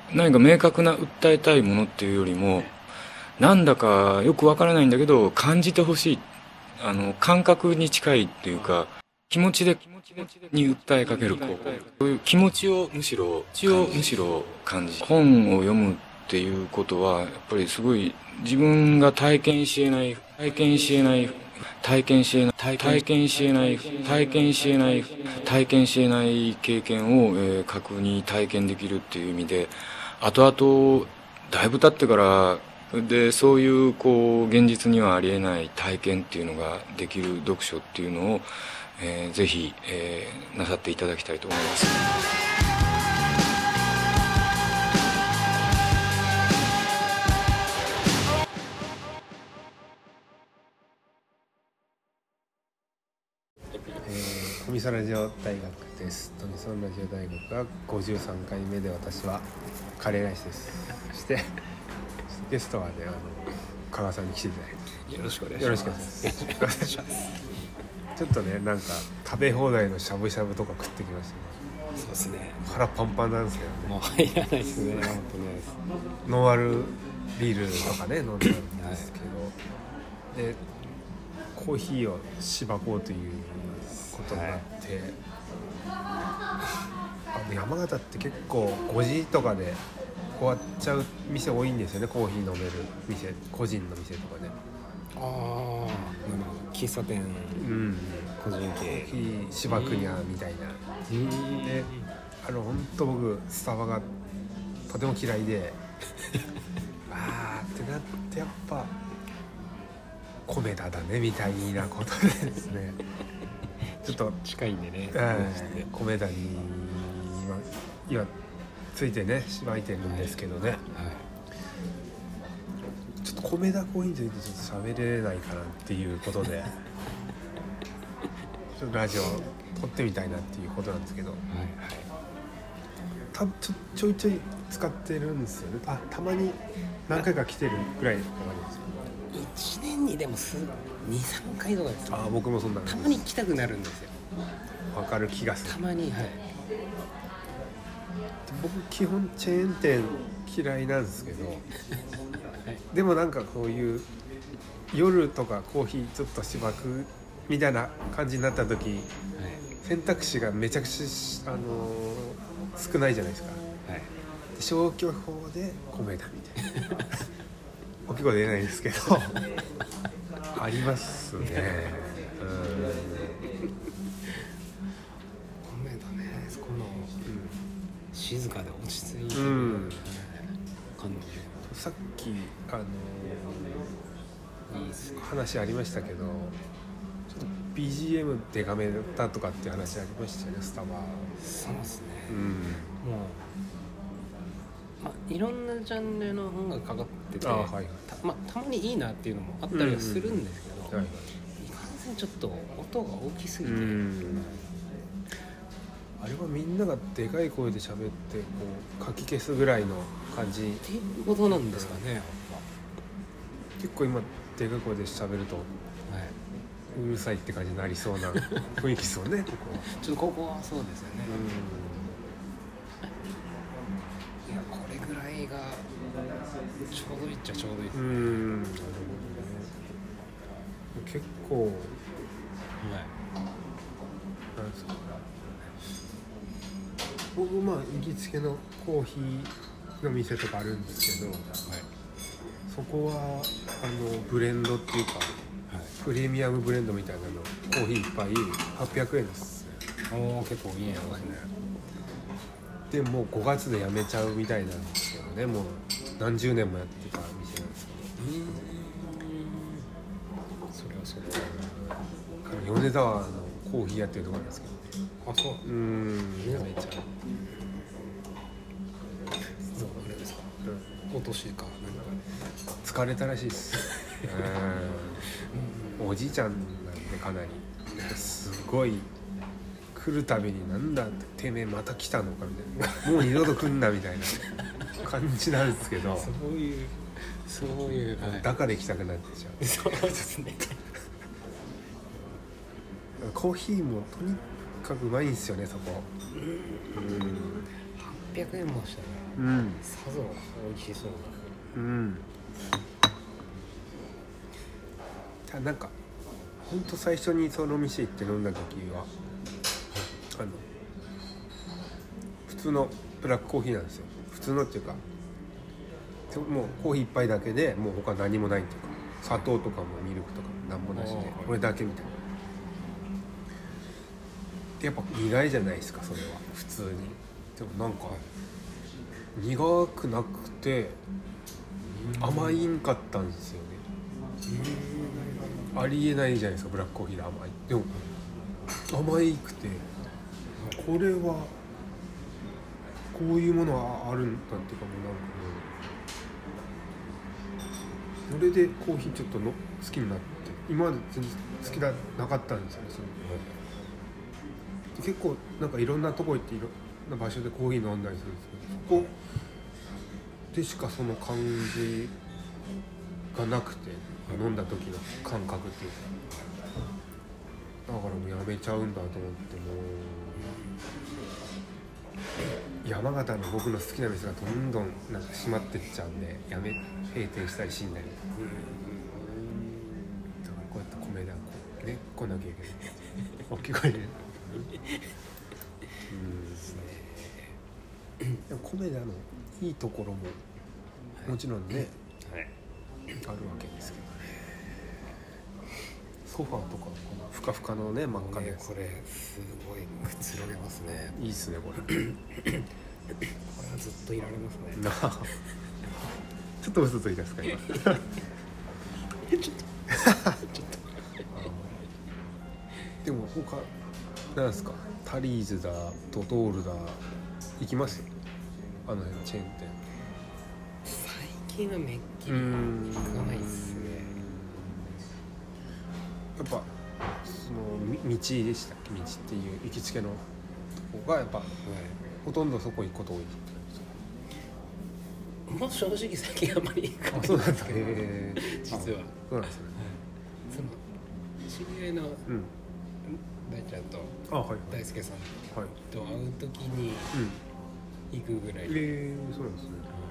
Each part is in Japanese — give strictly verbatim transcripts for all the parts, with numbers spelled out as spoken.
何か明確な訴えたいものっていうよりも、なんだかよくわからないんだけど感じてほしい、あの感覚に近いっていうか、気持ちでに訴えかける、こうそういう気持ちをむしろ気をむしろ感じ、本を読むっていうことはやっぱりすごい自分が体験し得ない体験し得ない体験し得ない体験し得ない体験し得ない体験し得ない経験を、えー、確認体験できるっていう意味で、後々だいぶ経ってからでそういうこう現実にはありえない体験っていうのができる読書っていうのを、えー、ぜひ、えー、なさっていただきたいと思います。 トミソラジオ大学です。トミソラジオ大学がごじゅうさんかいめで、私はカレーライスです。そしてゲストはね、あの加賀さんに来ていただいて、 よろしくお願いします。 よろしくお願いします。ちょっとね、なんか食べ放題のしゃぶしゃぶとか食ってきましたね。 そうですね。 腹パンパンなんですけどね。 もう入らないですね。本当ね。 ノンアルビールとかね飲んでるんですけど、はい、でコーヒーをしばこうということがあって、はい、あの山形って結構ごじとかで終わっちゃう店多いんですよね。コーヒー飲める店、個人の店とかで、 ああ、喫茶店、うん、個人系、 コーヒーしばくにゃみたいな、うん、で、あの本当僕スタバがとても嫌いであーってなって、やっぱ米田だねみたいなことでですねちょっと近いんでね、 米田に今、今ついてねしばいてるんですけどね、はいはい、ちょっと米田コーヒーについてちょっと喋れないかなっていうことでちょっとラジオ撮ってみたいなっていうことなんですけど、はいはい、たちょ、ちょいちょい使ってるんですよね。あ、たまに何回か来てるぐらいの感じです。 いちねんにでもにさんかいとかです、ね、 あ、僕もそんなたまに来たくなるんですよ。 わかる気がする。 たまに、はい。 僕基本チェーン店嫌いなんですけど、はい、でもなんかこういう夜とかコーヒーちょっとしばくみたいな感じになった時、はい、選択肢がめちゃくちゃ、あのー、少ないじゃないですか、はい、で消去法で米だみたいな大きい声で言えないんですけどありますね。うん、米だね、そこの、うん、静かで落ち着いてる、うん、感じ。 さっきあのー、いい話ありましたけど、ちょっと ビージーエム デカめだとかっていう話ありましたね、スタバ。 そうですね、うん、もう、まあ、いろんなジャンルの音楽かかってて、あ、はいはい、た, まあ、たまにいいなっていうのもあったりはするんですけど、うんうん、はいはい、いかんせんちょっと音が大きすぎて、うん、 あれはみんながでかい声で喋ってこうかき消すぐらいの感じっていうことなんですかね。 結構今でかい声で喋ると、はい、うるさいって感じになりそうな雰囲気ですよねここは。 ちょっとここはそうですよね。うん、いや、これぐらいがちょうどいいっちゃちょうどいいですね。うん、なるほどね。 結構、はい、なんですか、僕まあ行きつけのコーヒーの店とかあるんですけど、はい、そこはあのブレンドっていうか、はい、プレミアムブレンドみたいなのコーヒーいっぱいはっぴゃくえんです。 おー、結構いいね。 でもうごがつで辞めちゃうみたいなんですけどね。もう何十年もやってた店なんですけど、うーん、 それはそうだ。 米沢のコーヒー屋っていうところなんですけど、 あ、そう、 うーん、やめちゃう。 そうあれですか、うん、お年かなんか疲れたらしいです。うん、おじいちゃんなんでかなりすごい来るたびになんだっててめえまた来たのかみたいな、もう二度と来んなみたいな感じなんですけど、 そういうそういう、 はい、だから行きたくなっちゃう。 そうですね。 コーヒーもとにかくうまいんですよね、そこ。うん、 はっぴゃくえんもしたね。 うんさぞ美味しそうな。 うんなんかほんと最初にその店行って飲んだ時はあの普通のブラックコーヒーなんですよ。普通のっていうかもうコーヒー一杯だけでもう他何もないっていうか砂糖とかもミルクとかも何もなしでこれだけみたいな。やっぱ苦いじゃないですかそれは普通に。でもなんか苦くなくて甘いんかったんですよね。ありえないじゃないですかブラックコーヒーで甘い。でも甘いくてこれはこういうものはあるんだっていうかもうなんかそれでコーヒーちょっとの好きになって今まで全然好きじゃなかったんですよねそれで結構なんかいろんなとこ行っていろんな場所でコーヒー飲んだりするんですけどそこでしかその感じがなくて飲んだ時の感覚っていうかだからもうやめちゃうんだと思ってもう山形の僕の好きな店がどんどんなんか閉まってっちゃうんでやめ閉店したり死んだりだからこうやって米田こうね来なきゃいけない大きい声でうんでも米田のいいところももちろんね、はい、あるわけですけどね。ソファーとかこのふかふかのね真っ赤で、 ね、これすごいくつろげますね。 いいっすねこれこれはずっといられますね。 ちょっと嘘ついたっすか今ちょっとちょっとでも他なんですかタリーズだドトールだ行きますあの辺チェーン店。 最近はめっきり行かないっすね。 やっぱその道でしたっけ道っていう行きつけのとこがやっぱ、はい、ほとんどそこ行くこと多い。 もう正直最近あんまり行かないんですけど、実はそうなんですね。 その知り合いの大ちゃんと大輔さんと会う時に行くぐらい。 ええー、そうなんですね。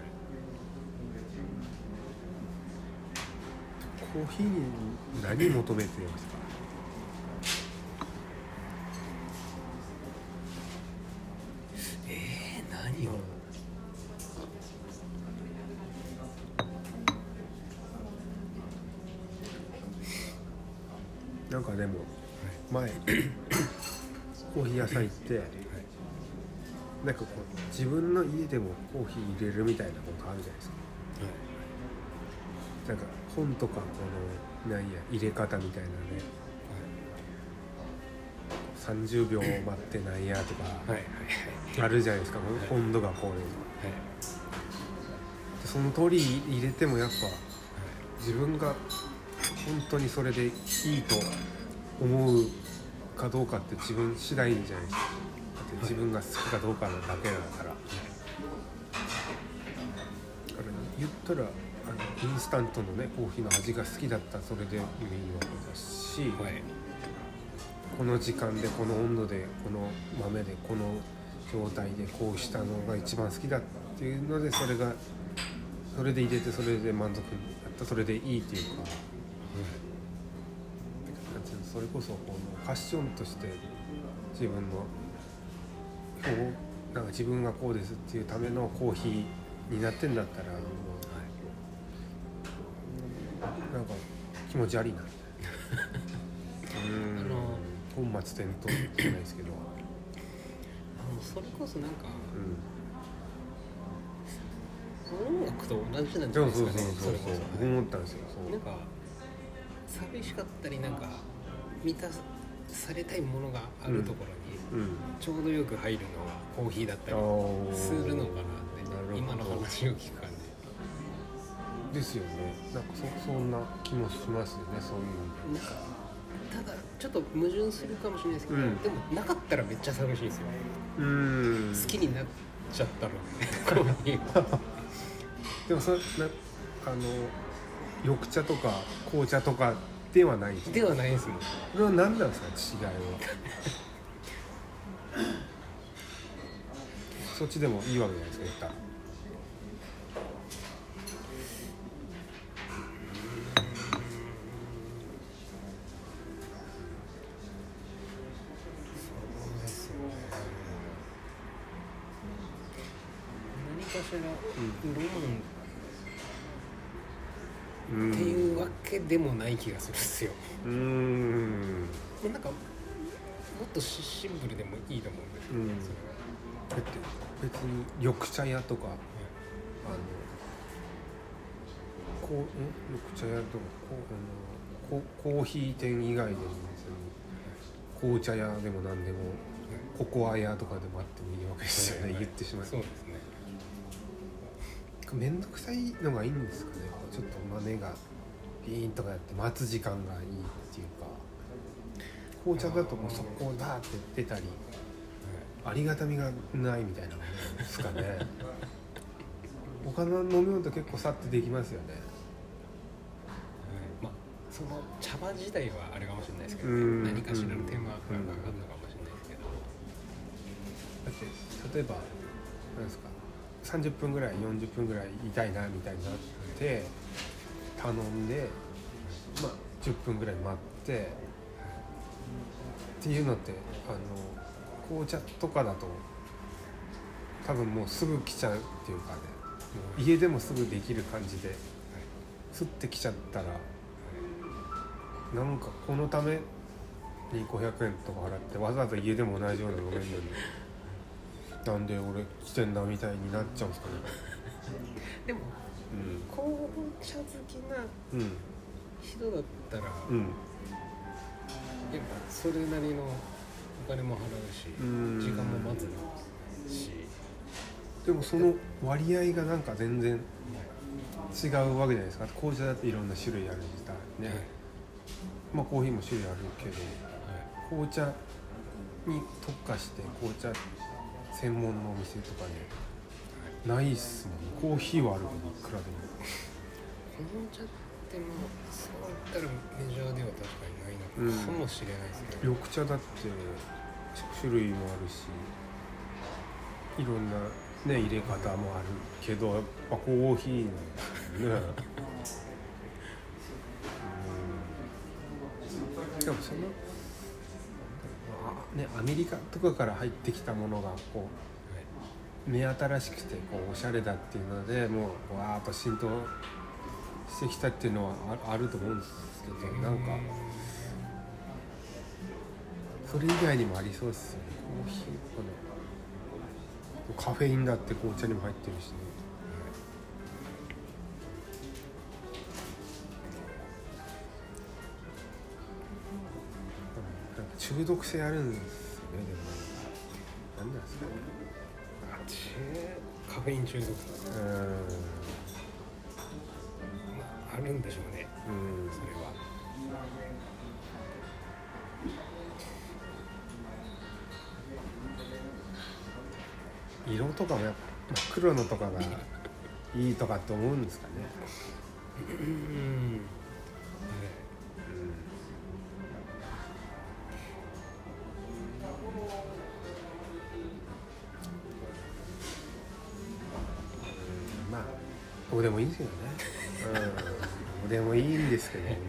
コーヒーに何求めてますか？ えー、何を？ なんかでも前コーヒー屋さん行って、なんかこう自分の家でもコーヒー入れるみたいなことあるじゃないですか。なんか本とかこのなんや入れ方みたいなね、さんじゅうびょう待ってなんやとかあるじゃないですか、温度がこういうの、その通り入れてもやっぱ自分が本当にそれでいいと思うかどうかって自分次第じゃないですか。だって自分が好きかどうかのだけだから、だから言ったらあのインスタントのねコーヒーの味が好きだったらそれでいいわけだし、はい、この時間でこの温度でこの豆でこの状態でこうしたのが一番好きだっていうのでそれがそれで入れてそれで満足になったそれでいいっていうか、うん、それこそこのファッションとして自分のなんか自分がこうですっていうためのコーヒーになってんだったらもうなんか気持ち悪いなうんあの本末転倒じゃないですけどあのそれこそなんか、うん、音楽と同じなんじゃないですかね。 そうそうそうそう僕思ったんですよ。そうなんか寂しかったりなんか満たされたいものがあるところに、うんうん、ちょうどよく入るのがコーヒーだったりするのかなって今の話を聞く感じですよね。なんか そ, そんな気もしますよね。そういうなんかただちょっと矛盾するかもしれないですけど、うん、でもなかったらめっちゃ寂しいですよ。うん好きになっちゃったのでコーヒーでもそれなあの緑茶とか紅茶とかではないではないですもん。 それは何なんですか違いはそっちでもいいわけじゃないですか言ったらしらロうんマンっていうわけでもない気がするんですよ。 うーんなんかもっとシンプルでもいいと思うんですよ、 うんねそれは。 だって別に緑茶屋とか、あのこうえ緑茶屋とかこうあのココーヒー店以外でも別に紅茶屋でも何でもココア屋とかでもあってもいいわけですよね、言ってしまえば。 そうですね。 めんどくさいのがいいんですかね。ちょっと豆がビーンとかやって待つ時間がいいっていうか、紅茶だともう速攻ダーって出たりありがたみがないみたいなものですかね。他の飲み物と結構さってできますよね。 まあその茶葉自体はあれかもしれないですけど、ね、 うん何かしらの手間がかかるのかもしれないですけど、 だって例えばなんですかさんじゅっぷんぐらいよんじゅっぷんぐらいいたいなみたいになって頼んで、まあ、じゅっぷんぐらい待ってっていうのって、あの紅茶とかだと多分もうすぐ来ちゃうっていうかね、もう家でもすぐできる感じでスッて来ちゃったら、なんかこのためにごひゃくえんとか払ってわざわざ家でも同じような飲めるのになんで俺来てんだみたいになっちゃうんですかね。 でもうん紅茶好きなうん人だったら、 うんやっぱそれなりのお金も払うし、 うん時間も待つし、 でもその割合がなんか全然違うわけじゃないですか。紅茶だっていろんな種類あるしさね、まあコーヒーも種類あるけど、紅茶に特化して紅茶専門のお店とかね、ないっすもん。コーヒーはあるけどいくらでも。 紅茶ってまあそういったらメジャーでは確かにないのかもしれないですけど、 緑茶だって種類もあるしいろんなね入れ方もあるけど、やっぱコーヒーなんですよね。うんしかもそのあ、ね、アメリカとかから入ってきたものがこう目新しくてこうおしゃれだっていうのでもうわーっと浸透してきたっていうのは あ, あると思うんですけど、なんかそれ以外にもありそうですよね。コーヒーこのカフェインだって紅茶にも入ってるしね。なんか中毒性あるんですよね。でもなんなんですかね。 カフェイン中毒とかうーんあるんでしょうね、 うんそれは。 色とかもやっぱ黒のとかがいいとかって思うんですかね。 うんまあどうでもいいんですけどね。うん、どうでもいいんですけど本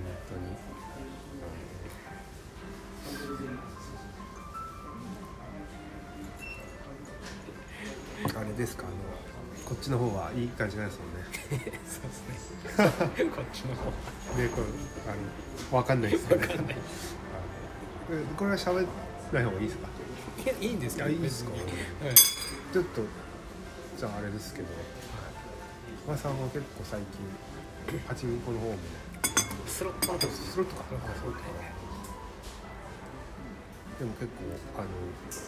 当に。あれですか、あのこっちの方はいい感じなんですよね。 そうですねこっちの方でこれあの分かんないですよね。 わかんない。 あのこれは喋らない方がいいですか。 いやいいんですか。 いやいいですか。 別にはいちょっとじゃああれですけど、おばさんは結構最近パチンコの方もスロットの方スロットかスロットの方ででも結構あの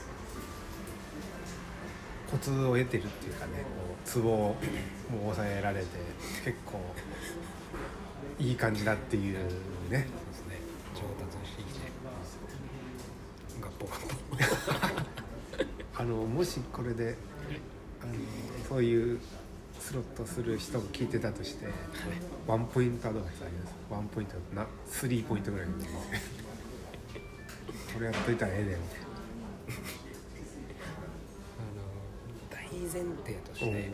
コツを得てるっていうかね、こうツボをもう抑えられて結構いい感じだっていうね。 そうですね、上達してきてガッポガッポあのもしこれであのそういうスロットする人が聞いてたとして、ワンポイントアドバイスあります。ワンポイントなスリーポイントぐらいでこれやっといたらええでみたいな。 あの大前提として、これ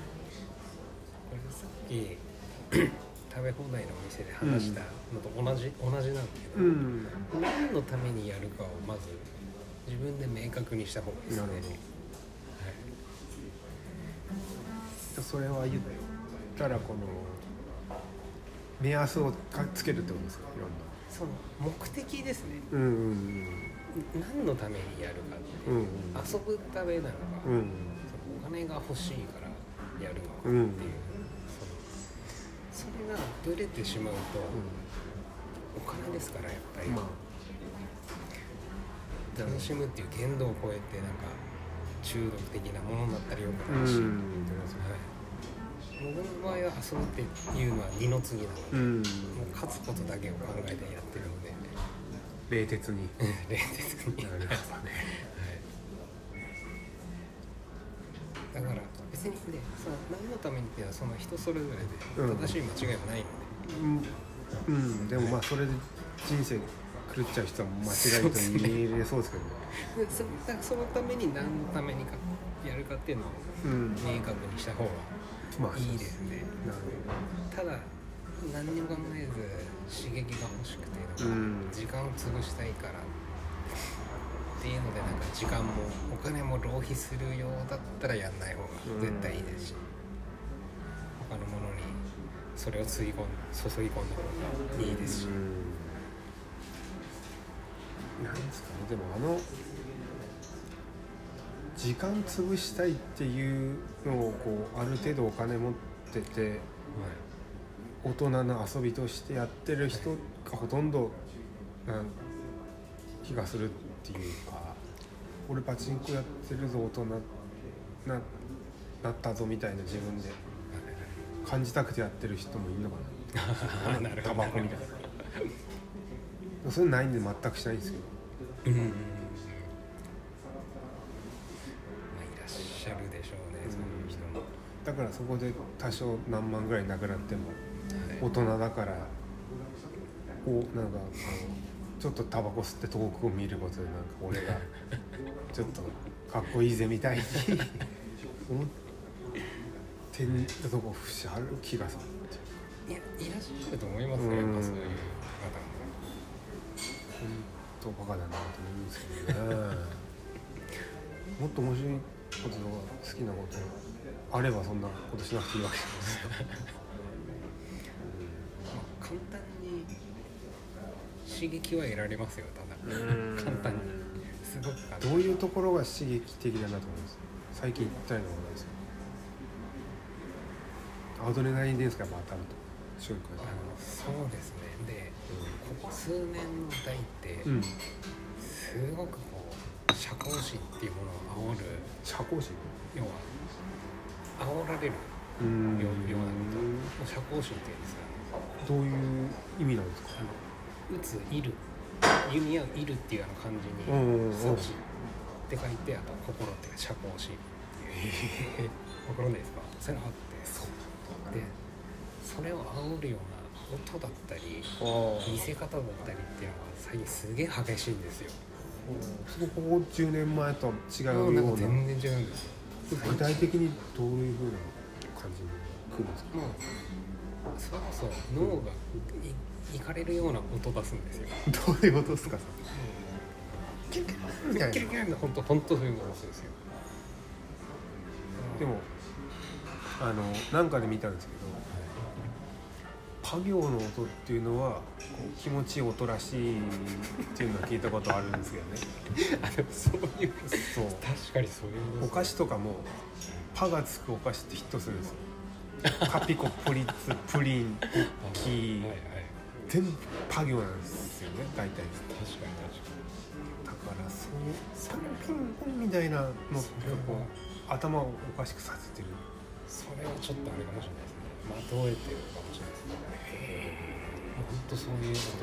さっき食べ放題のお店で話したのと同じ、同じなんだけど、 うん何のためにやるかをまず自分で明確にした方がいいですね。 なるほど。 それは言ったらこの目安をつけるってことですか？いろんなその目的ですね。 うんうんうん何のためにやるかって、 うんうん、 遊ぶためなのか、 うん、 そのお金が欲しいからやるのかっていう、 うん、 そのそれがブレてしまうと、うん、お金ですからやっぱり、まあ、楽しむっていう限度を超えてなんか中毒的なものになったりよくないし、うん、はい、僕の場合は遊ぶっていうのは二の次なので、うん、もう勝つことだけを考えてやってるので、 冷徹に冷徹になるほどね、はい、だから別にでその何のためにっていうのはその人それぞれで正しい間違いはないので、 うん、うん、でもまあそれで人生狂っちゃう人は間違いと言えそうですけどね。 でそ, だからそのために何のためにかやるかっていうのを明確にした方がいいですね、うん、まあ、ただ何にも考えず刺激が欲しくてなんか時間を潰したいからっていうのでなんか時間もお金も浪費するようだったらやんない方が絶対いいですし、他のものにそれをつぎ込ん注ぎ込んだ方がいいですし、 なんですかね、でもあの時間潰したいっていうのをこうある程度お金持ってて、はい、大人の遊びとしてやってる人がほとんどな気がするっていうか、俺パチンコやってるぞ大人 な, なったぞみたいな自分で感じたくてやってる人もいるのかなタバコみたいなそれないんで全くしないんですけど、うん、まあ、いらっしゃるでしょうね、うん、そういう人も。 だからそこで多少何万ぐらいなくなっても大人だからこうなんかあのちょっとタバコ吸って遠くを見ることでなんか俺がちょっとかっこいいぜみたいに思ってんだとこ節ある気がする。 いや、いらっしゃると思いますね、やっぱそういう方も。 本当バカだなと思うんですけどねもっと面白いこととか好きなことあればそんなことしなくていいわけですよ簡単に刺激は得られますよ、ただ簡単にすごく簡単。 どういうところが刺激的だなと思います。最近言ったりのことないですよ。アドレナリンですか、やっぱ当たると瞬間に。 あのそうですね。で、うん、ここ数年の代って、うん、すごくこう社交心っていうものを煽る。 社交心？ 要は煽られるようなことを社交心っていうんですが、 どういう意味なんですか？ あの打つ、いる、弓矢をいるっていうあの漢字に装置って書いて、あと心っていう社交心っていうわからないですか？それがあって、そうでそれを煽るような音だったり見せ方だったりっていうのが最近すげえ激しいんですよ。 すごくここじゅうねんまえとは違うような。 なんか全然違うんですよ。 具体的にどういう風な感じに来るんですか？ もうそれこそ脳がいいかれるような音出すんですよ。 どういう音ですか？ キュキュキュキュキュキュ本当本当そういうのですよ。 でもあのなんかで見たんですけど、パ行の音っていうのはこう気持ちいい音らしいっていうのは聞いたことあるんですけどね。 あのそういうそう確かにそういうお菓子とかもパがつくお菓子ってヒットするんですよ。カピコ、プリッツ、プリン、クッキー、はいはい、全部パ行なんですよね、大体。 確かに確かに。 だからそうサンピンポンみたいなのってこう頭をおかしくさせてる。 それはちょっとあれかもしれないですね。まとえてるかもしれないですね。へえ。本当そういうこと。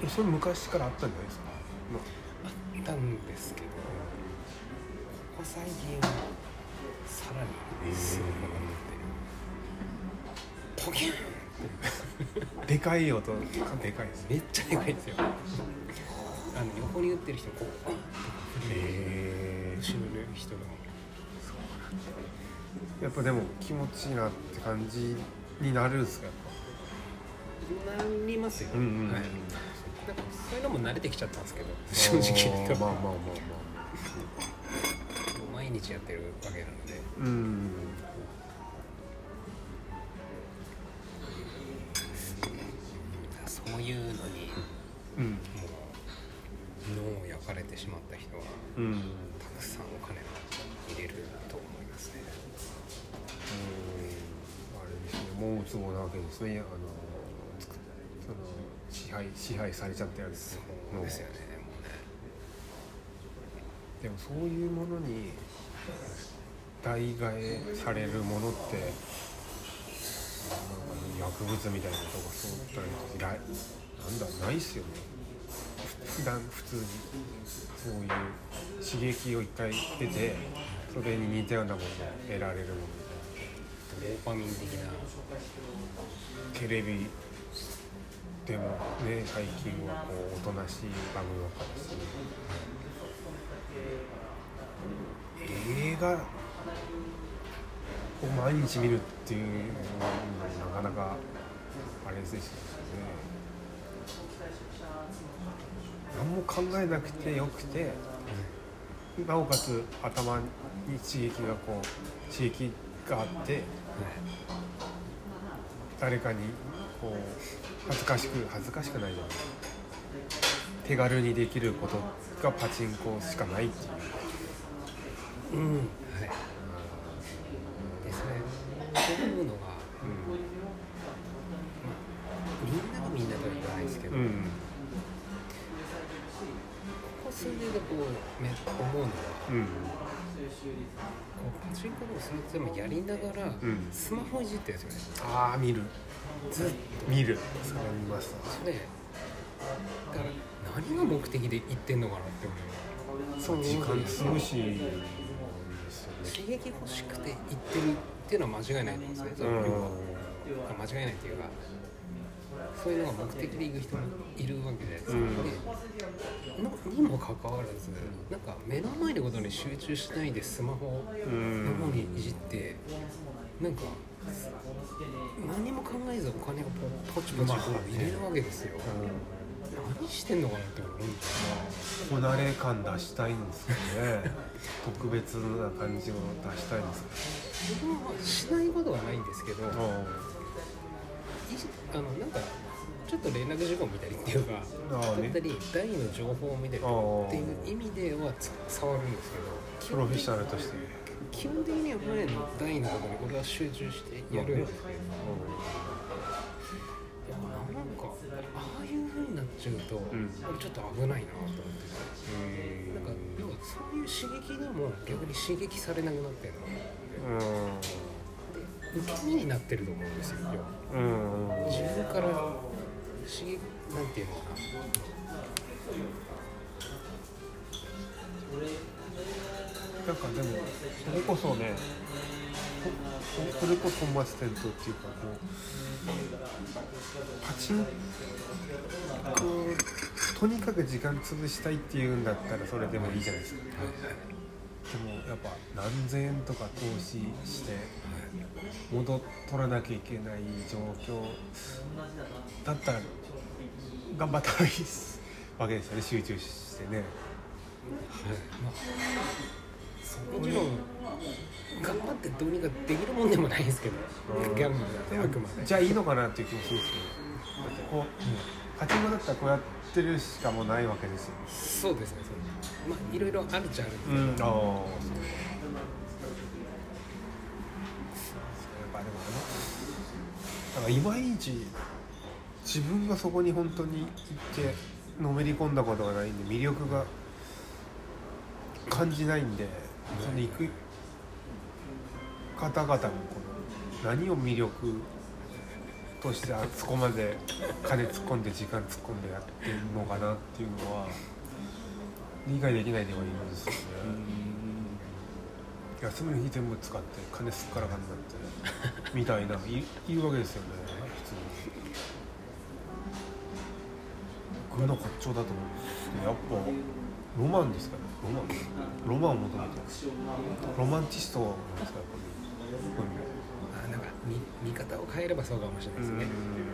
それ昔からあったんじゃないですか。 あったんですけど、ここ最近はさらにすごくなってる。ポキュン。 でかい音、でかいです。 めっちゃでかいですよ。あの横に打ってる人こう、 へー、 後ろの人が。 やっぱでも気持ちいいなって感じになるんですか？やっぱなりますよ、うんうんうん、はい、なんかそういうのも慣れてきちゃったんですけど、正直言うとまあまあまあまあ毎日やってるわけなので、 うん、 うん、 たくさんお金を入れると思いますね。 うん、あれですね、もうつぼなわけですね。あのその支配支配されちゃったやつ。 そうですよね。もうね。 でもそういうものに代替えされるものってなんか薬物みたいなとかそういったらなんだないっすよね。普段普通にそういう刺激を一回得てそれに似たようなものを得られるものドーパミン的な。 テレビでもね最近はこうおとなしい番組ばっかりですね。映画を毎日見るっていうのはなかなかあれですよね。何も考えなくてよくて、なおかつ頭に刺激がこう刺激があって、誰かにこう恥ずかしく恥ずかしくないじゃない、手軽にできることがパチンコしかないっていう。 うん、はい。ですね。そういうのが、うん、まあ、みんながみんなとは言わないですけど、うん、ここ数年でこう、ね、思うのは、うん、こうパチンコでもそれでもやりながら、うん、スマホいじってるんですよね。 ああ、見る。 ずっと見る。それ見ます。 それだから何が目的で言ってんのかなって思う。 そう時間潰し。 刺激欲しくて言ってるっていうのは間違いないと思うんですね。その要は間違いないっていうか、そういうのが目的で行く人もいるわけじゃないですか。でにもかかわらず、なんか目の前のことに集中しないでスマホの方にいじって、なんか何も考えずお金をポチポチ入れるわけですよ。何してんのかなって思うんですよ。こなれ感出したいんですよね。特別な感じを出したいんですけど、自分はしないことはないんですけど、あのなんかちょっと連絡事項を見たりっていうか、だったり台の情報を見たりっていう意味では触るんですけど、 プロフェッショナルとして基本的には前の台のことに俺は集中してやるんですけど、なんかああいう風になっちゃうと、うん、ちょっと危ないなと思ってて、なんか要はそういう刺激でも逆に刺激されなくなってるので受け身になってると思うんですよ。うん自分から刺激なんていうのかな、 なんかでもそれこそね、それこそ本末転倒っていうか、こうパチンコとにかく時間潰したいっていうんだったらそれでもいいじゃないですか。でもやっぱ何千円とか投資して戻っ取らなきゃいけない状況だったら頑張ったらいいわけですよね、集中してね。 もちろん頑張ってどうにかできるもんでもないんですけど、うん、ギャンブルだってあくまでじゃあいいのかなっていう気もするんですけど、だってこう、うん、パチンコだったらこうやってるしかもうないわけですよ。 そうですね、そうまあいろいろあるっちゃあるんですけど、うん、あやっぱでもなんかいまいち自分がそこに本当に行ってのめり込んだことがないんで魅力が感じないんで、その行く方々もこの何を魅力としてあそこまで金突っ込んで時間突っ込んでやってるのかなっていうのは理解できないではいるんですよね。休みの日全部使って金すっからかになってみたいないいるわけですよね、普通に。僕の骨頂だと思うんですけど、やっぱロマンですかね。ロマンロマンを求めてるロマンチストなんですか、やっぱり。 あ、なんか 見, 見方を変えればそうかもしれないですね。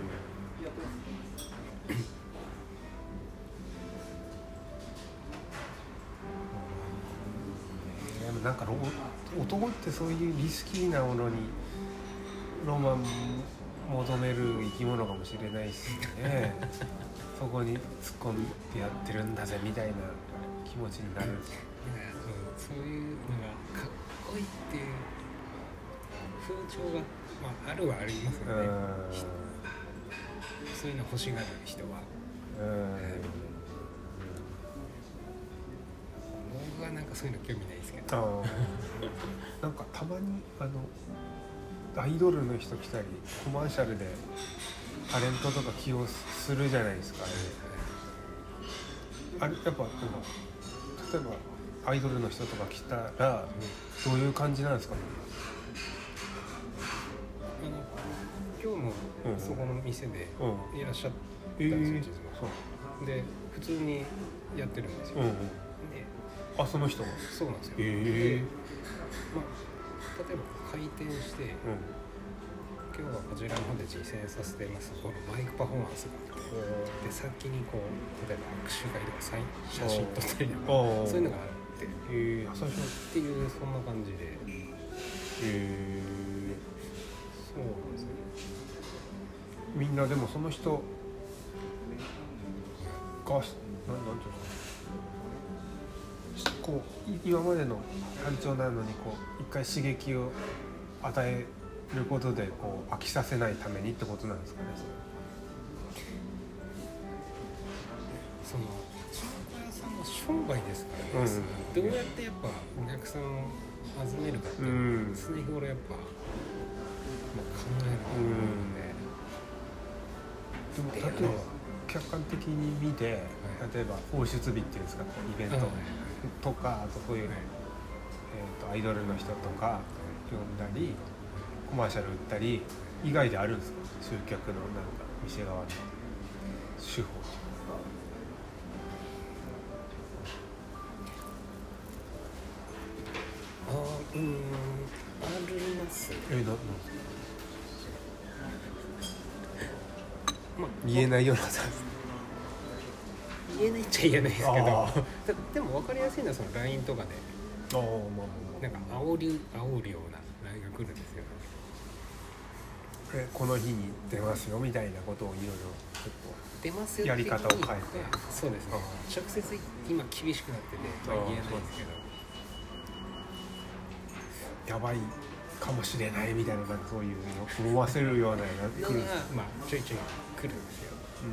でもなんかロ男ってそういうリスキーなものにロマン求める生き物かもしれないしね。そこに突っ込んでやってるんだぜみたいな気持ちになるそういうのがかっこいいっていう風潮が、まあ、あるはありますよね。そういうの欲しがる人は。僕はなんかそういうの興味ないですけど。 なんかたまにあのアイドルの人来たりコマーシャルでタレントとか起用するじゃないですか、ね、あれやっぱなんか例えばアイドルの人とか来たらどういう感じなんですかね。 あの今日もそこの店でいらっしゃったんですよ、実は。で普通にやってるんですよ、うんうん、であその人もそうなんですよ、 えーまあ、例えば開店して、うん、今日はこちらの方で実践させていますこのマイクパフォーマンスがあってで先にこう例えば握手会とかサイン写真撮ったりとかそういうのがあってえー、最初っていうそんな感じでへえー、そうなんですよね。 みんなでもその人がなんなんていうのこう今までの単調なのにこう一回刺激を与えることでこう飽きさせないためにってことなんですかね。 その中華屋さんの商売ですからね、うん、どうやってやっぱお客さんを集めるかっていうのを常日頃やっぱ、まあ、考えると思うんで、 うん、でも例えば客観的に見て、はい、例えば放出日っていうんですかイベントとか、あとそういう、はいえー、とアイドルの人とか呼んだりコマーシャル売ったり以外であるんですか、集客のなんか店側の手法。 あーうんあります。 えなんですか。 まあ、 言えないような言えないっちゃ言えないですけどでも分かりやすいのはその ライン とかであ、まあまあ、 なんか煽り煽るような ライン が来るんですよ。 えこの日に出ますよみたいなことをいろいろ出ますよやり方を変えて。 そうですね。直接今厳しくなってて、まあ、言えないんですけどやばいかもしれないみたいな、なんかそういうの思わせるようなのが来る、まあ、ちょいちょい来るんですよ、うん、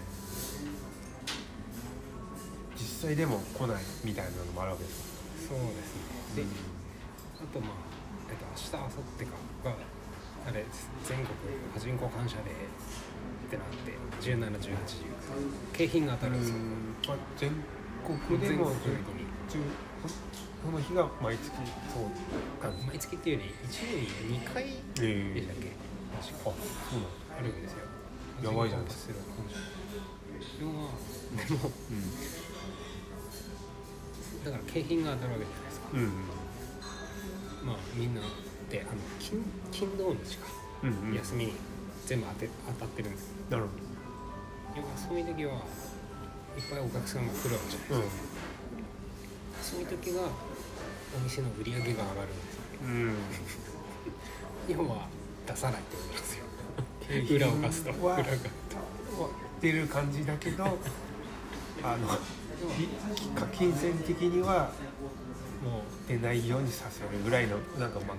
実際でも来ないみたいなのもあるわけですか。 そうですね。で、うん、あとまあ、えっと、明日明後日かがあれ全国パチンコ感謝デーってなってじゅうしち、じゅうはち、じゅうきゅう景品が当たるんですよ。 あ全国でも全国的にその日が毎月そう毎月っていうよりいちねんににかいでしたっけ、 えー、確かあそうなんあるんですよ。 やばいじゃないですか。 でも、でも、うん、だから景品が当たるわけじゃないですか、うんうん、まあみんなであの 金, 金土日か、うんうん、休み全部当て当たってるんですよ。 なるほど。 そういう時はいっぱいお客さんが来るわけじゃないですか、うん、そういう時がお店の売り上げが上がるんですよ、うん要は出さないってことですよ裏を貸すと裏が出る感じだけどあの金銭的にはもう出ないようにさせるぐらいのなんかまあ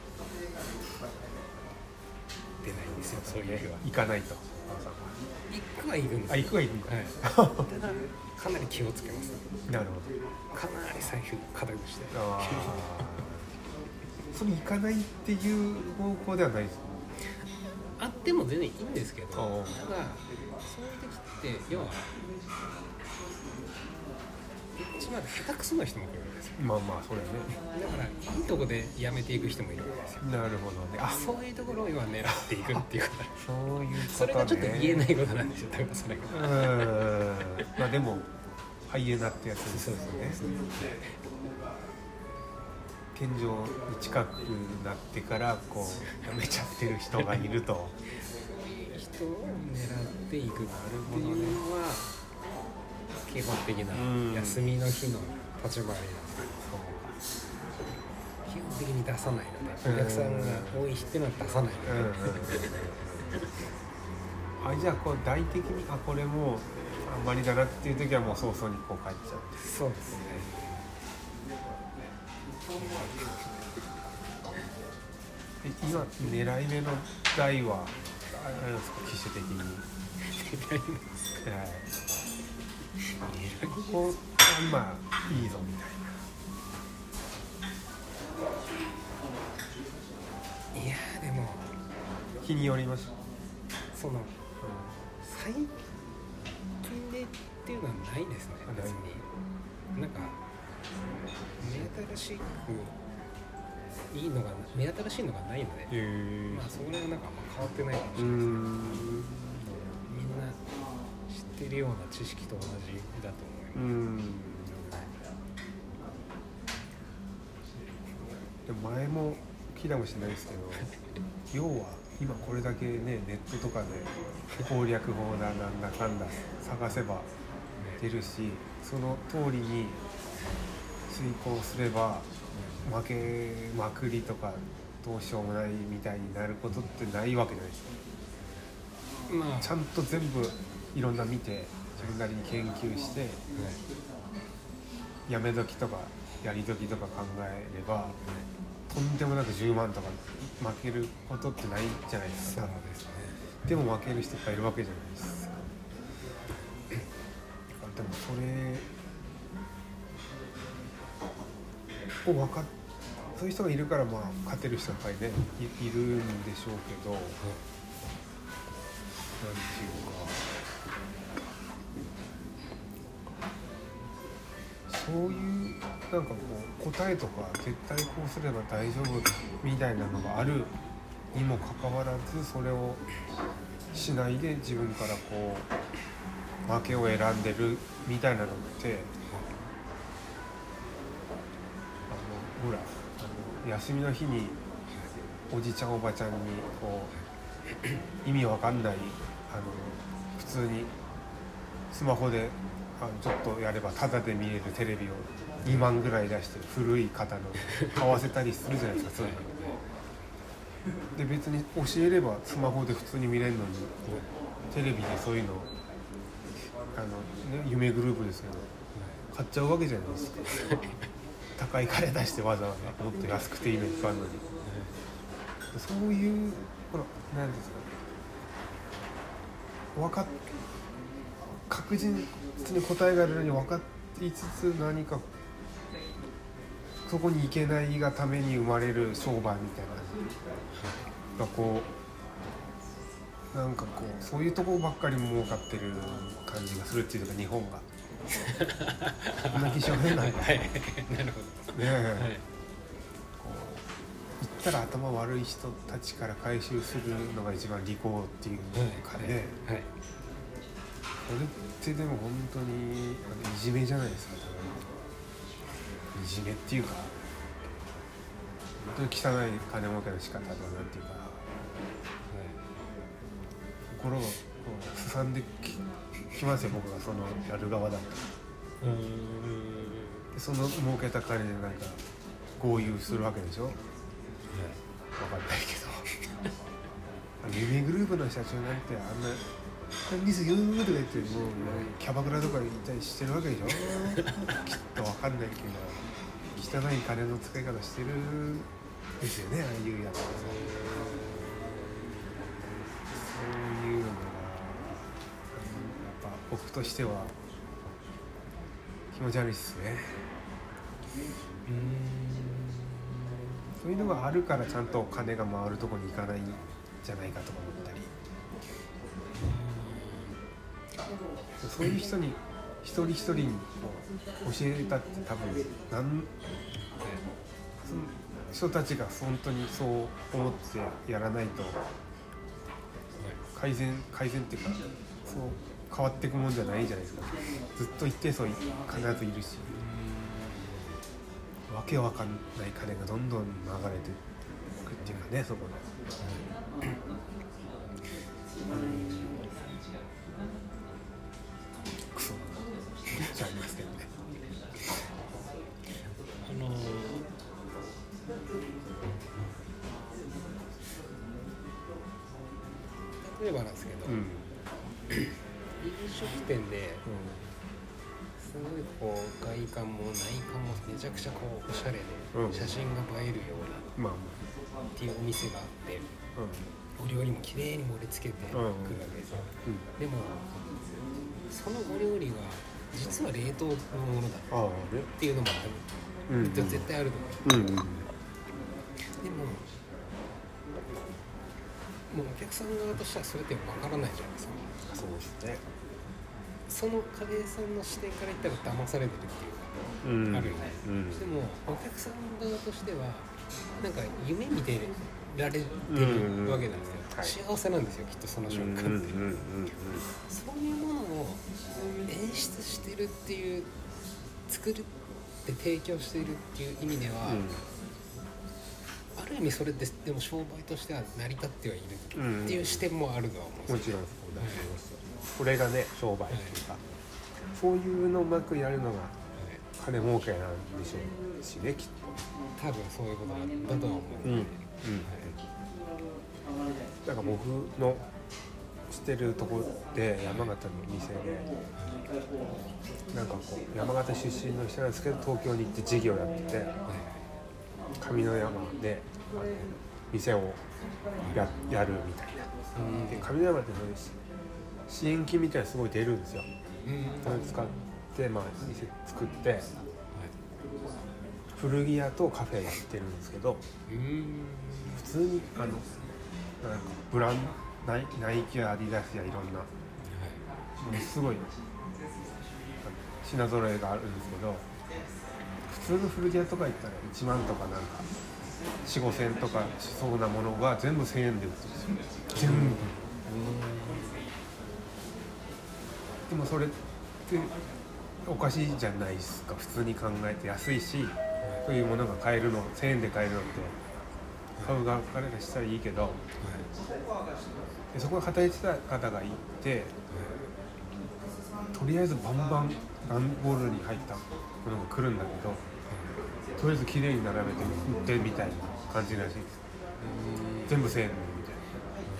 出ないんですよ。そういう日は行かないと。 行くは行くんですよ。 あ、行くは行くんか、はい、 ただかなり気をつけます。 なるほど。 かなり財布固くしてあそれ行かないっていう方向ではないですか。 あっても全然いいんですけど、ただそういう時って要は一番下手くそな人も来るんですよ。 まあまあそれね。 だからいいとこでやめていく人もいるわけですよ。 なるほどね。 あ、そういうところを今狙っていくっていうことそういうことね。 それがちょっと言えないことなんですよ。多分それが。 うんまあでもハイエナってやつですよね。天井に近くなってからこうやめちゃってる人がいると人を狙っていくっていうのは基本的な休みの日の立ち回りなんですけど、基本的に出さないのでお客さんが多い日っていうのは出さないので、うんうんうん、あじゃあこう大的にあこれもうあんまりだなっていう時はもう早々にこう帰っちゃう。 そうですね。 え今狙い目の台はあれですか、機種的に。 狙い目ですか。 はい、 狙いここ今いいぞみたいいやーでもな。日によります。 その最近でっていうのはないですね。 あない別になんか目新しくいいのが目新しいのがないので、 へまあそこら辺はなんかあんま変わってないかもしうーれないです。 ん。 みんな知ってるような知識と同じだとう思います。 ん。でも前も聞いたかもしれないですけど、要は今これだけねネットとかで攻略法だなんだかんだ探せば出るし、その通りに遂行すれば負けまくりとかどうしようもないみたいになることってないわけじゃないですか。 まあちゃんと全部いろんな見て自分なりに研究してやめ時とかやり時とか考えればとんでもなくじゅうまんとか負けることってないじゃないですか。 そうですね。 でも負ける人いっぱいいるわけじゃないですか。でもそれを分かっそういう人がいるからまあ勝てる人がやっぱりね い, いるんでしょうけど、なんていうかそういうなんかこう答えとか絶対こうすれば大丈夫みたいなのがあるにもかかわらずそれをしないで自分からこう負けを選んでるみたいなのってあのほらあの休みの日におじちゃんおばちゃんにこう意味わかんないあの普通にスマホであのちょっとやればタダで見れるテレビをにまんぐらい出して古い方の買わせたりするじゃないですか。そういうので別に教えればスマホで普通に見れるのにテレビでそういうのあの、ね、夢グループですけど買っちゃうわけじゃないですか。高い金出してわざわざもっと安くていいのいっぱいあるのに、そういうほら何ですか分かっ確実に答えがあるのに分かりつつ何かそこに行けないがために生まれる商売みたいながこうなんかこうそういうとこばっかり儲かってる感じがするっていうか日本がそんな気しませんなんか、 はい、なるほど。 ねえ、 はい、 こう言ったら頭悪い人たちから回収するのが一番利口っていうかね、 はいはい、 これってでも本当にいじめじゃないですか。多分いじめっていうか本当に汚い金儲けの仕方だなっていうか、はい、心がこうすさんで き, きますよ僕がそのやる側だと。 うーんでその儲けた金でなんか豪遊するわけでしょ。分かんないけど夢グループの社長なんてあんなミスユーとか言ってもうキャバクラとか行ったりしてるわけでしょ。きっと分かんないけど汚い金の使い方してるんですよね、ああいうやつ。そういうのがやっぱ僕としては気持ち悪いっすね。 うーんそういうのがあるからちゃんと金が回るとこに行かないんじゃないかとか思ったり、そういう人に一人一人に教えたって多分なんその人たちが本当にそう思ってやらないと改善改善っていうかそう変わっていくもんじゃないじゃないですか。ずっと一定数必ずいるし、わけわかんない金がどんどん流れていくっていうかね、そこで、うん、クソだな言っちゃいますけどね。 あのー例えばなんですけど、 うん飲食店ですごいこう外観も内観もめちゃくちゃこうおしゃれで写真が映えるような、 まあっていうお店があって、 うん、 お料理も綺麗に盛り付けてくるわけですよ、 うん、 でもそのお料理が実は冷凍のものだっていうのもある、うん、絶対あると思う、うんうん、でももうお客さん側としてはそれってわからないじゃないですか。 そうですね。 そのカレーさんの視点から言ったら騙されてるっていうか、うん、あるよね、うん、でもお客さん側としてはなんか夢見てられてるわけなんですよ、うんうん、幸せなんですよきっとその瞬間って、うんうんうんうん、そういうものを演出してるっていう作るって提供しているっていう意味では、うん、ある意味それででも商売としては成り立ってはいるっていう視点もあるとは思うんですよ、 もちろんそうだと思いますよ、はい、これがね商売っていうか、はい、そういうのをうまくやるのが金儲けなんでしょうしねきっと多分そういうことだとは思う、うんうん、はい、 だから僕のしてるところで山形の店でなんかこう山形出身の人なんですけど東京に行って事業やってて、はい、上の山で店を や, やるみたいな、うん、で上の山ってそうです支援金みたいなのすごい出るんですよ、うん、それを使って、まあ、店作って、はい、古着屋とカフェやってるんですけど、うん、普通にあのなんかブランドナイ, ナイキやアディダスやいろんな、はい、すごい品揃えがあるんですけど普通の古着屋とか行ったらいちまんとかなんか よん,ご 千とかしそうなものが全部せんえんで売ってるんですよ全部、うん、でもそれっておかしいじゃないですか普通に考えて安いしそういうものが買えるのせんえんで買えるのって買う側からしたらいいけど、はい、でそこで働いてた方がいてとりあえずバンバン段ボールに入ったものが来るんだけどとりあえず綺麗に並べて売ってみたいな感じらしいです全部せんえんみたいな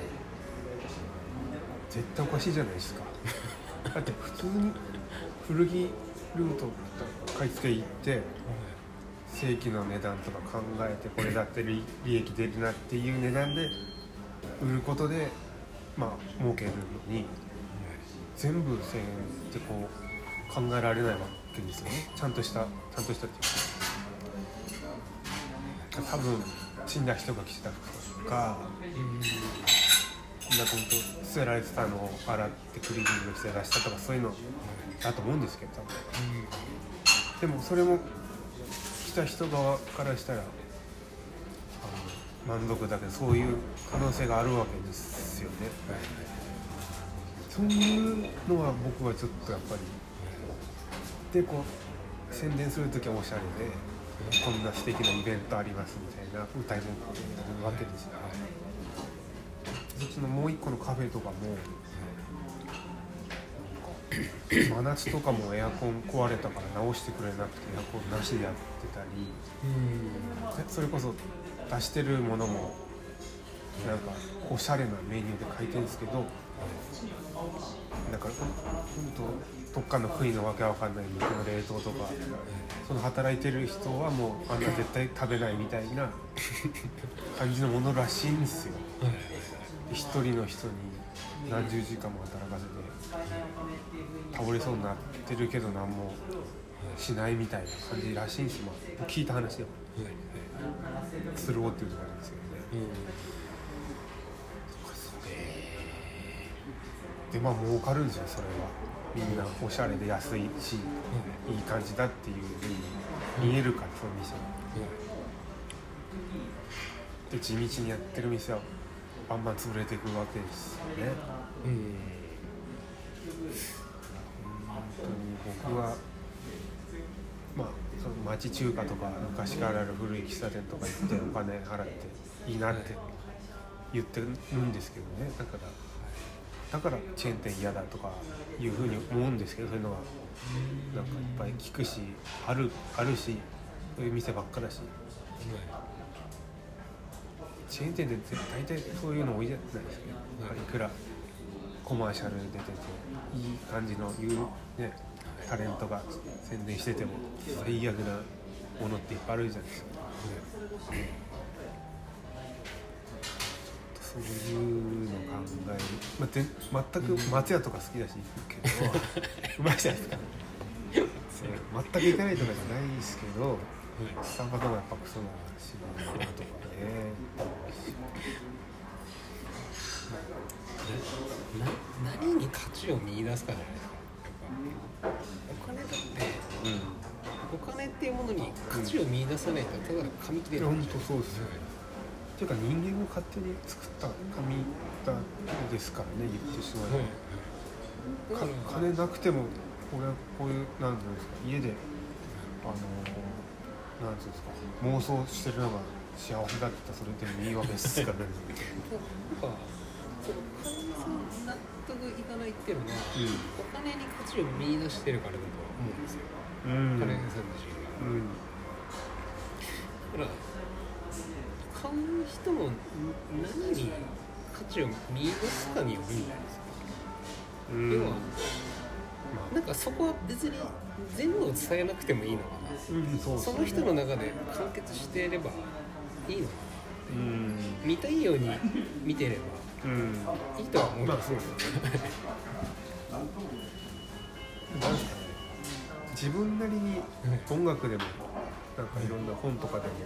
絶対おかしいじゃないですかだって普通に古着ルート買い付け行って正規の値段とか考えてこれだって利益出るなっていう値段で売ることでまあ儲けるのに全部せんえんってこう考えられないわけですよねちゃんとしたちゃんとしたっていうか多分死んだ人が着てた服とかこんな本当捨てられてたのを洗ってクリーニングして出したとかそういうのだと思うんですけど多分でもそれも来た人側からしたらあの満足だけどそういう可能性があるわけですよね、はい、そういうのは僕はちょっとやっぱりでこう宣伝するときはおしゃれでこんな素敵なイベントありますみたいな歌い文句になるわけですよ、はい、そっちのもう一個のカフェとかも真夏とかもエアコン壊れたから直してくれなくてエアコンなしでやってたりうんそれこそ出してるものもなんかおしゃれなメニューで書いてるんですけどなんかほんとどっかの国のわけわかんない肉の冷凍とかその働いてる人はもうあんな絶対食べないみたいな感じのものらしいんですよ一人の人に何十時間も働かせて倒れそうになってるけど何もしないみたいな感じらしいんですよ、まあ、聞いた話でもスローっていうところなんですけどね、うん、でまあ儲かるんですよそれはみんなおしゃれで安いし、うん、いい感じだっていう風に見えるからその店は、うん、で地道にやってる店はバンバン潰れていくわけですよね、うん、本当に僕はまあその町中華とか昔からある古い喫茶店とか行ってお金払っていいなって言ってるんですけどねだからだからチェーン店嫌だとかいうふうに思うんですけどそういうのはなんかいっぱい聞くしあるあるしそういう店ばっかだし、チェーン店で大体そういうの多いじゃないですか、いくらコマーシャル出てていい感じの言うねタレントが宣伝してても最悪なものっていっぱいあるじゃないですか、そういうの考える、まあ、で全く松屋とか好きだし行くけど、うまいじゃないですか全く行かないとかじゃないですけど、スタバとかやっぱクソなしなとかねな何に価値を見出すかじゃないですか。やっぱお金だって、うん、お金っていうものに価値を見出さないとただ紙切れる。 本当そうですよね。っていうか人間が勝手に作った紙だですからね、言ってしまえば、はい、金なくてもこれはこういうなんていうんですか、家であのなんていうんですか、妄想してるのが幸せだって言ったらそれでもいいわけですからね。なんかその金に納得いかないっていうのは、うん、お金に価値を見出してるからだとは思うんですよ、うん、金さん自身が、うん、だから買う人も何に価値を見出すかによるんじゃないですか、うん、要はなんかそこは別に全部を伝えなくてもいいのかな、うん、そうそう、その人の中で完結していればいいのかな、うん、見たいように見てれば、うん、いいとは思うんですよ、まあ、そうですよね。 なんかね、自分なりに音楽でもなんかいろんな本とかでも、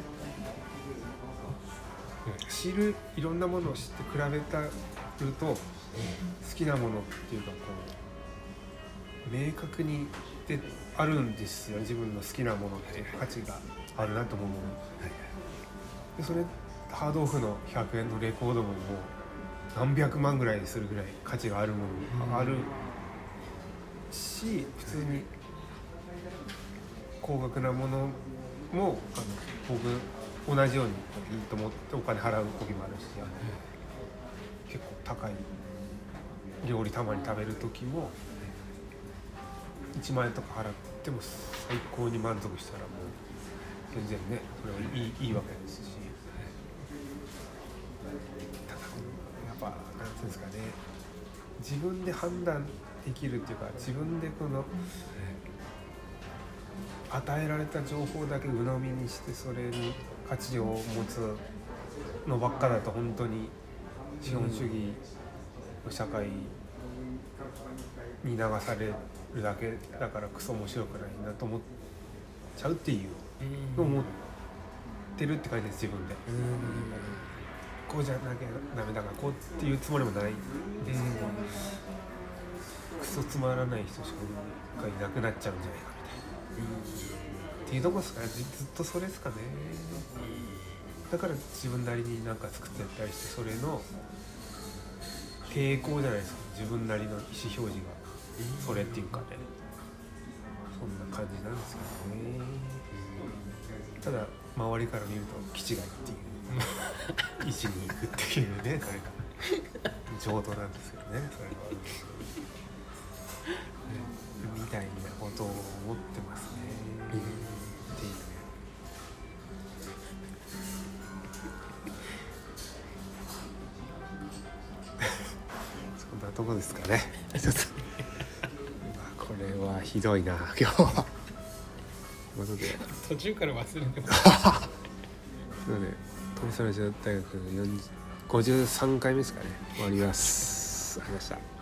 知るいろんなものを知って比べたると好きなものっていうかこう明確にであるんですよ。自分の好きなものって価値があるなと思うもので、それハードオフのひゃくえんのレコードももう何百万ぐらいするぐらい価値があるものがあるし、普通に高額なものもあの僕同じようにいいと思ってお金払う時もあるし、あの結構高い料理たまに食べる時もいちまんえんとか払っても最高に満足したらもう全然ね、それはいい、いいわけですし、ただやっぱなんていうんですかね、自分で判断できるっていうか、自分でこの与えられた情報だけ鵜呑みにしてそれに価値を持つのばっかだと本当に資本主義の社会に流されるだけだからクソ面白くないなと思っちゃうっていうのを思ってるって感じです、自分で。こうじゃなきゃダメだからこうっていうつもりもないんですけど、クソつまらない人しかいなくなっちゃうんじゃないかみたいな、っていうとこですかね。ずっとそれですかね。だから自分なりに何か作ってやったりして、それの抵抗じゃないですか、自分なりの意思表示がそれっていうかね、そんな感じなんですけどね。ただ周りから見ると気違いっていう位置に行くっていうね、それが浄土なんですよね、それはみたいなことを思ってますね、っていうね。そんなとこですかね。これはひどいな今日は。ということで途中から忘れてます。 ということで東京大学ごじゅうさんかいめですかね、終わります。ありがとうございました。